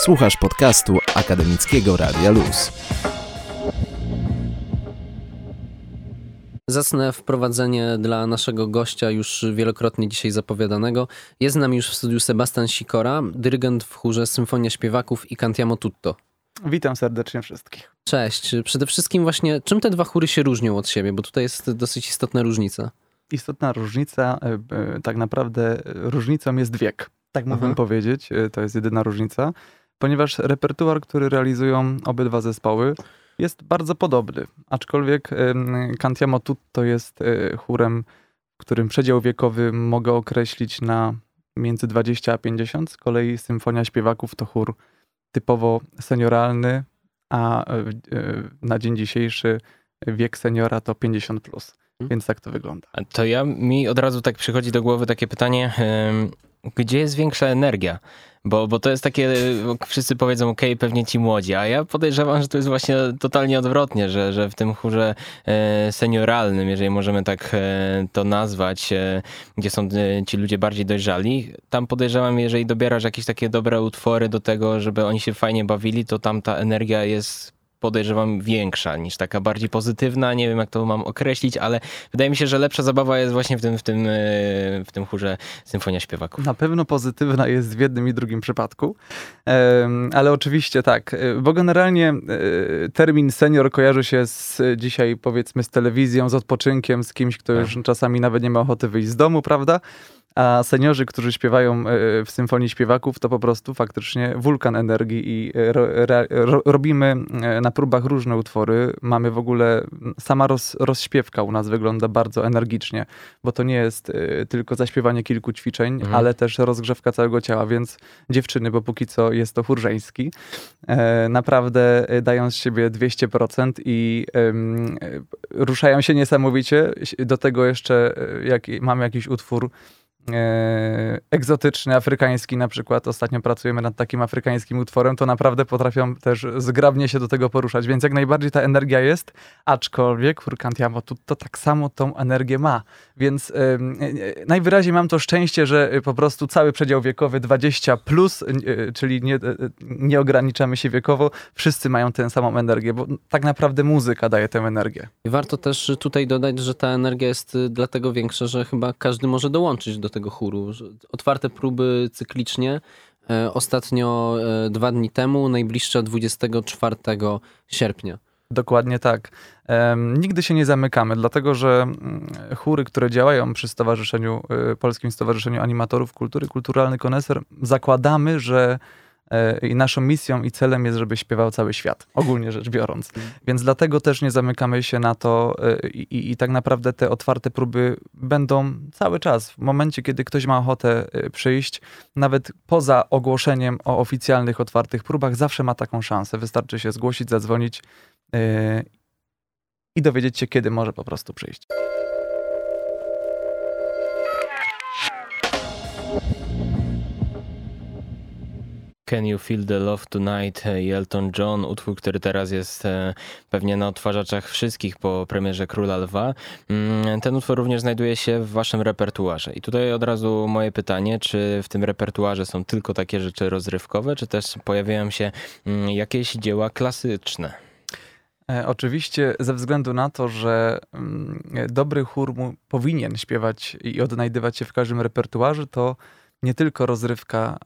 Słuchasz podcastu Akademickiego Radia Luz. Zacne wprowadzenie dla naszego gościa, już wielokrotnie dzisiaj zapowiadanego. Jest z nami już w studiu Sebastian Sikora, dyrygent w chórze Symfonia Śpiewaków i Cantiamo Tutto. Witam serdecznie wszystkich. Cześć. Przede wszystkim właśnie, czym te dwa chóry się różnią od siebie? Bo tutaj jest dosyć istotna różnica. Istotna różnica, tak naprawdę różnicą jest wiek. Tak mógłbym powiedzieć, to jest jedyna różnica. Ponieważ repertuar, który realizują obydwa zespoły, jest bardzo podobny. Aczkolwiek Cantiamo Tutto jest chórem, którym przedział wiekowy mogę określić na między 20 a 50. Z kolei Symfonia Śpiewaków to chór typowo senioralny, a na dzień dzisiejszy wiek seniora to 50+. Więc tak to wygląda. To mi od razu tak przychodzi do głowy takie pytanie, gdzie jest większa energia? Bo to jest takie, wszyscy powiedzą, okej, pewnie ci młodzi, a ja podejrzewam, że to jest właśnie totalnie odwrotnie, że w tym chórze senioralnym, jeżeli możemy tak to nazwać, gdzie są ci ludzie bardziej dojrzali, tam podejrzewam, jeżeli dobierasz jakieś takie dobre utwory do tego, żeby oni się fajnie bawili, to tam ta energia jest, podejrzewam, większa niż taka bardziej pozytywna. Nie wiem, jak to mam określić, ale wydaje mi się, że lepsza zabawa jest właśnie w tym chórze Symfonia Śpiewaków. Na pewno pozytywna jest w jednym i drugim przypadku, ale oczywiście tak, bo generalnie termin senior kojarzy się dzisiaj powiedzmy z telewizją, z odpoczynkiem, z kimś, kto już czasami nawet nie ma ochoty wyjść z domu, prawda? A seniorzy, którzy śpiewają w Symfonii Śpiewaków, to po prostu faktycznie wulkan energii i robimy na próbach różne utwory. Mamy w ogóle, sama rozśpiewka u nas wygląda bardzo energicznie, bo to nie jest tylko zaśpiewanie kilku ćwiczeń, ale też rozgrzewka całego ciała, więc dziewczyny, bo póki co jest to chór żeński, naprawdę dają z siebie 200% i ruszają się niesamowicie. Do tego jeszcze mamy jakiś utwór egzotyczny, afrykański na przykład. Ostatnio pracujemy nad takim afrykańskim utworem, to naprawdę potrafią też zgrabnie się do tego poruszać, więc jak najbardziej ta energia jest, aczkolwiek chór Cantiamo Tutto tak samo tą energię ma, więc najwyraźniej mam to szczęście, że po prostu cały przedział wiekowy 20+, czyli nie ograniczamy się wiekowo, wszyscy mają tę samą energię, bo tak naprawdę muzyka daje tę energię. I warto też tutaj dodać, że ta energia jest dlatego większa, że chyba każdy może dołączyć do tego chóru. Otwarte próby cyklicznie. Ostatnio 2 dni temu, najbliższa 24 sierpnia. Dokładnie tak. Nigdy się nie zamykamy, dlatego że chóry, które działają przy Polskim Stowarzyszeniu Animatorów Kultury, Kulturalny Koneser, zakładamy, że i naszą misją i celem jest, żeby śpiewał cały świat, ogólnie rzecz biorąc. Więc dlatego też nie zamykamy się na to i tak naprawdę te otwarte próby będą cały czas. W momencie, kiedy ktoś ma ochotę przyjść, nawet poza ogłoszeniem o oficjalnych otwartych próbach, zawsze ma taką szansę. Wystarczy się zgłosić, zadzwonić i dowiedzieć się, kiedy może po prostu przyjść. Can You Feel the Love Tonight i Elton John, utwór, który teraz jest pewnie na odtwarzaczach wszystkich po premierze Króla Lwa. Ten utwór również znajduje się w waszym repertuarze. I tutaj od razu moje pytanie, czy w tym repertuarze są tylko takie rzeczy rozrywkowe, czy też pojawiają się jakieś dzieła klasyczne? Oczywiście ze względu na to, że dobry chór powinien śpiewać i odnajdywać się w każdym repertuarze, to nie tylko rozrywka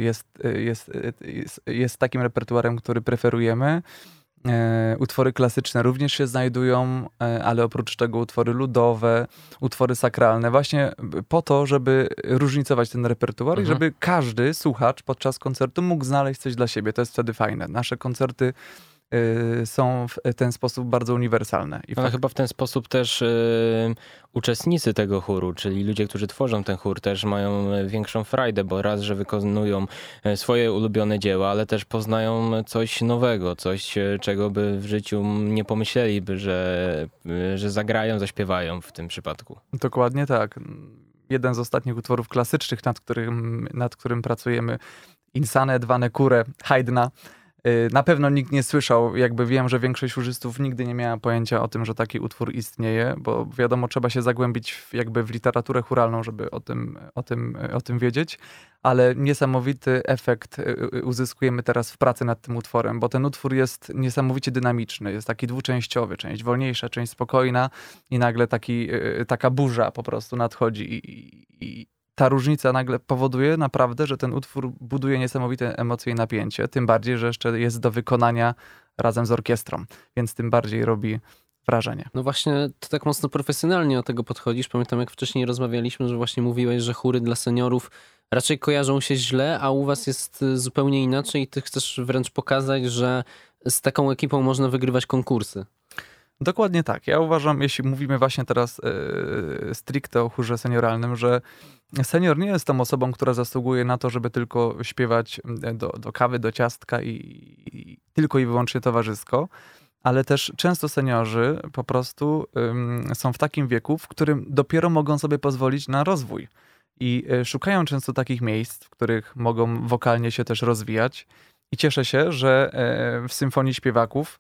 jest takim repertuarem, który preferujemy. Utwory klasyczne również się znajdują, ale oprócz tego utwory ludowe, utwory sakralne, właśnie po to, żeby różnicować ten repertuar i żeby każdy słuchacz podczas koncertu mógł znaleźć coś dla siebie. To jest wtedy fajne. Nasze koncerty są w ten sposób bardzo uniwersalne. Ale chyba w ten sposób też uczestnicy tego chóru, czyli ludzie, którzy tworzą ten chór, też mają większą frajdę, bo raz, że wykonują swoje ulubione dzieła, ale też poznają coś nowego, coś, czego by w życiu nie pomyśleliby, że zagrają, zaśpiewają w tym przypadku. Dokładnie tak. Jeden z ostatnich utworów klasycznych, nad którym pracujemy, Insane Dwane Cure Haydna, Na pewno nikt nie słyszał, jakby wiem, że większość chórzystów nigdy nie miała pojęcia o tym, że taki utwór istnieje, bo wiadomo, trzeba się zagłębić w literaturę chóralną, żeby o tym wiedzieć, ale niesamowity efekt uzyskujemy teraz w pracy nad tym utworem, bo ten utwór jest niesamowicie dynamiczny, jest taki dwuczęściowy, część wolniejsza, część spokojna i nagle taka burza po prostu nadchodzi i ta różnica nagle powoduje naprawdę, że ten utwór buduje niesamowite emocje i napięcie, tym bardziej, że jeszcze jest do wykonania razem z orkiestrą, więc tym bardziej robi wrażenie. No właśnie, ty tak mocno profesjonalnie do tego podchodzisz. Pamiętam, jak wcześniej rozmawialiśmy, że właśnie mówiłeś, że chóry dla seniorów raczej kojarzą się źle, a u was jest zupełnie inaczej i ty chcesz wręcz pokazać, że z taką ekipą można wygrywać konkursy. Dokładnie tak. Ja uważam, jeśli mówimy właśnie teraz stricte o chórze senioralnym, że senior nie jest tą osobą, która zasługuje na to, żeby tylko śpiewać do kawy, do ciastka i tylko i wyłącznie towarzysko, ale też często seniorzy po prostu są w takim wieku, w którym dopiero mogą sobie pozwolić na rozwój i szukają często takich miejsc, w których mogą wokalnie się też rozwijać i cieszę się, że w Symfonii Śpiewaków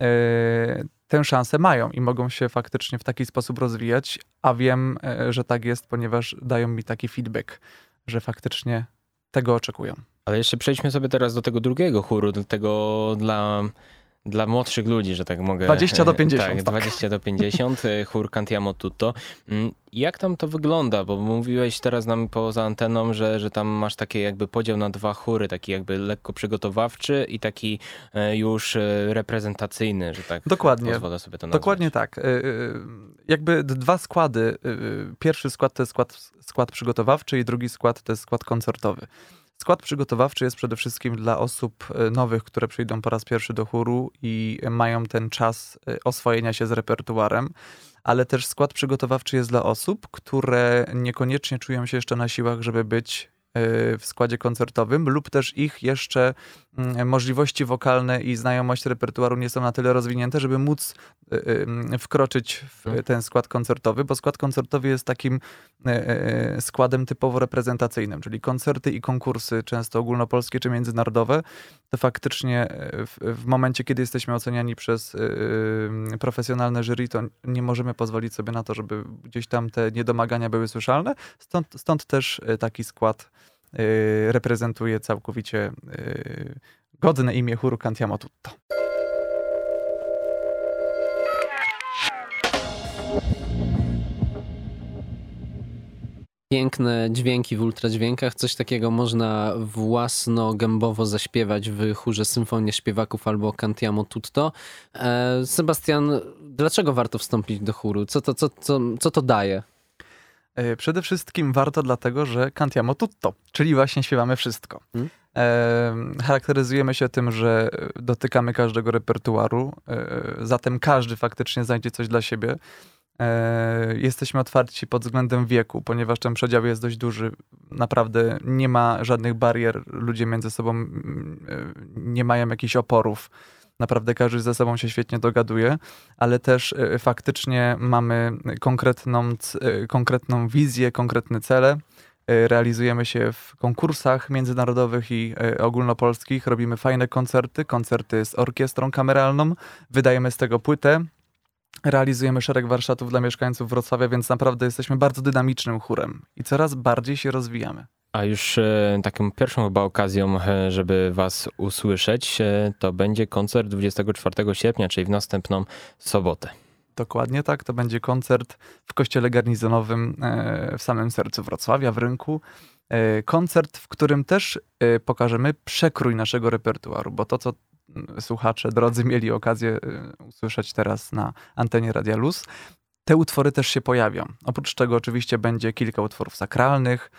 tę szansę mają i mogą się faktycznie w taki sposób rozwijać, a wiem, że tak jest, ponieważ dają mi taki feedback, że faktycznie tego oczekują. Ale jeszcze przejdźmy sobie teraz do tego drugiego chóru, do tego dla młodszych ludzi, że tak mogę. 20 do 50. Tak, 20 do 50, chór Cantiamo Tutto. Jak tam to wygląda? Bo mówiłeś teraz nam poza anteną, że tam masz taki jakby podział na dwa chóry, taki jakby lekko przygotowawczy i taki już reprezentacyjny, że tak Dokładnie. pozwolę sobie to nazwać. Dokładnie tak. Jakby dwa składy. Pierwszy skład to jest skład przygotowawczy i drugi skład to jest skład koncertowy. Skład przygotowawczy jest przede wszystkim dla osób nowych, które przyjdą po raz pierwszy do chóru i mają ten czas oswojenia się z repertuarem, ale też skład przygotowawczy jest dla osób, które niekoniecznie czują się jeszcze na siłach, żeby być w składzie koncertowym lub też ich jeszcze możliwości wokalne i znajomość repertuaru nie są na tyle rozwinięte, żeby móc wkroczyć w ten skład koncertowy, bo skład koncertowy jest takim składem typowo reprezentacyjnym, czyli koncerty i konkursy, często ogólnopolskie czy międzynarodowe, to faktycznie w momencie, kiedy jesteśmy oceniani przez profesjonalne jury, to nie możemy pozwolić sobie na to, żeby gdzieś tam te niedomagania były słyszalne. Stąd też taki skład reprezentuje całkowicie godne imię chóru Cantiamo Tutto. Piękne dźwięki w ultradźwiękach. Coś takiego można własnogębowo zaśpiewać w chórze Symfonia Śpiewaków albo Cantiamo Tutto. Sebastian, dlaczego warto wstąpić do chóru? Co to daje? Przede wszystkim warto dlatego, że Cantiamo Tutto, czyli właśnie śpiewamy wszystko. Charakteryzujemy się tym, że dotykamy każdego repertuaru, zatem każdy faktycznie znajdzie coś dla siebie. Jesteśmy otwarci pod względem wieku, ponieważ ten przedział jest dość duży. Naprawdę nie ma żadnych barier. Ludzie między sobą nie mają jakichś oporów. Naprawdę każdy ze sobą się świetnie dogaduje, ale też faktycznie mamy konkretną wizję, konkretne cele. Realizujemy się w konkursach międzynarodowych i ogólnopolskich. Robimy fajne koncerty z orkiestrą kameralną. Wydajemy z tego płytę. Realizujemy szereg warsztatów dla mieszkańców Wrocławia, więc naprawdę jesteśmy bardzo dynamicznym chórem i coraz bardziej się rozwijamy. A już taką pierwszą chyba okazją, żeby was usłyszeć, to będzie koncert 24 sierpnia, czyli w następną sobotę. Dokładnie tak, to będzie koncert w Kościele Garnizonowym w samym sercu Wrocławia, w Rynku. Koncert, w którym też pokażemy przekrój naszego repertuaru, bo to, co słuchacze drodzy mieli okazję usłyszeć teraz na antenie Radia Luz, te utwory też się pojawią. Oprócz tego oczywiście będzie kilka utworów sakralnych,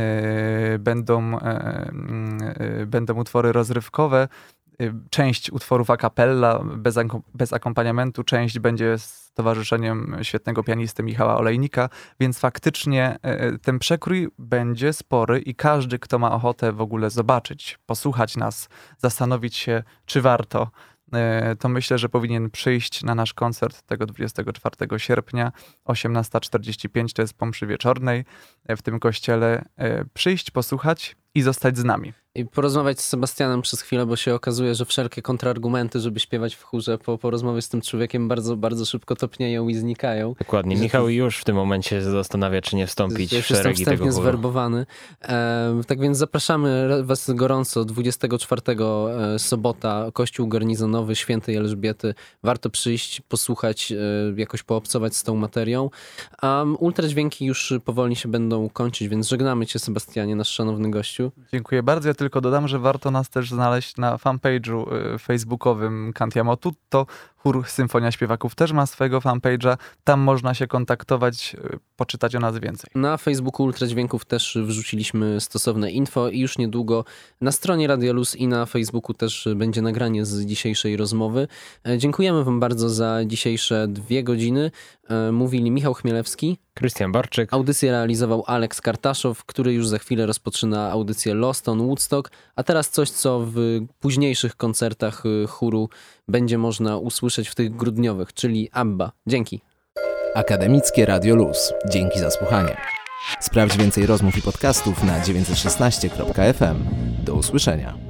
będą utwory rozrywkowe, część utworów a cappella, bez akompaniamentu, część będzie z towarzyszeniem świetnego pianisty Michała Olejnika, więc faktycznie ten przekrój będzie spory i każdy, kto ma ochotę w ogóle zobaczyć, posłuchać nas, zastanowić się, czy warto, to myślę, że powinien przyjść na nasz koncert tego 24 sierpnia, 18:45, to jest po mszy wieczornej w tym kościele, przyjść, posłuchać i zostać z nami. I porozmawiać z Sebastianem przez chwilę, bo się okazuje, że wszelkie kontrargumenty, żeby śpiewać w chórze po rozmowie z tym człowiekiem bardzo, bardzo szybko topnieją i znikają. Dokładnie. Michał już w tym momencie się zastanawia, czy nie wstąpić w szeregi tego chóru. Zwerbowany. Tak więc zapraszamy was gorąco 24 sobota, Kościół Garnizonowy Świętej Elżbiety. Warto przyjść, posłuchać, jakoś poobcować z tą materią. Ultradźwięki już powoli się będą kończyć, więc żegnamy cię, Sebastianie, nasz szanowny gościu. Dziękuję bardzo. Ja tylko dodam, że warto nas też znaleźć na fanpage'u facebookowym Cantiamo Tutto. Chór Symfonia Śpiewaków też ma swojego fanpage'a. Tam można się kontaktować, poczytać o nas więcej. Na Facebooku Ultradźwięków też wrzuciliśmy stosowne info i już niedługo na stronie Radia Luz i na Facebooku też będzie nagranie z dzisiejszej rozmowy. Dziękujemy wam bardzo za dzisiejsze 2 godziny. Mówili Michał Chmielewski, Krystian Barczyk. Audycję realizował Aleks Kartaszow, który już za chwilę rozpoczyna audycję Lost on Woodstock, a teraz coś, co w późniejszych koncertach chóru będzie można usłyszeć w tych grudniowych, czyli ABBA. Dzięki. Akademickie Radio Luz. Dzięki za słuchanie. Sprawdź więcej rozmów i podcastów na 916.fm. Do usłyszenia.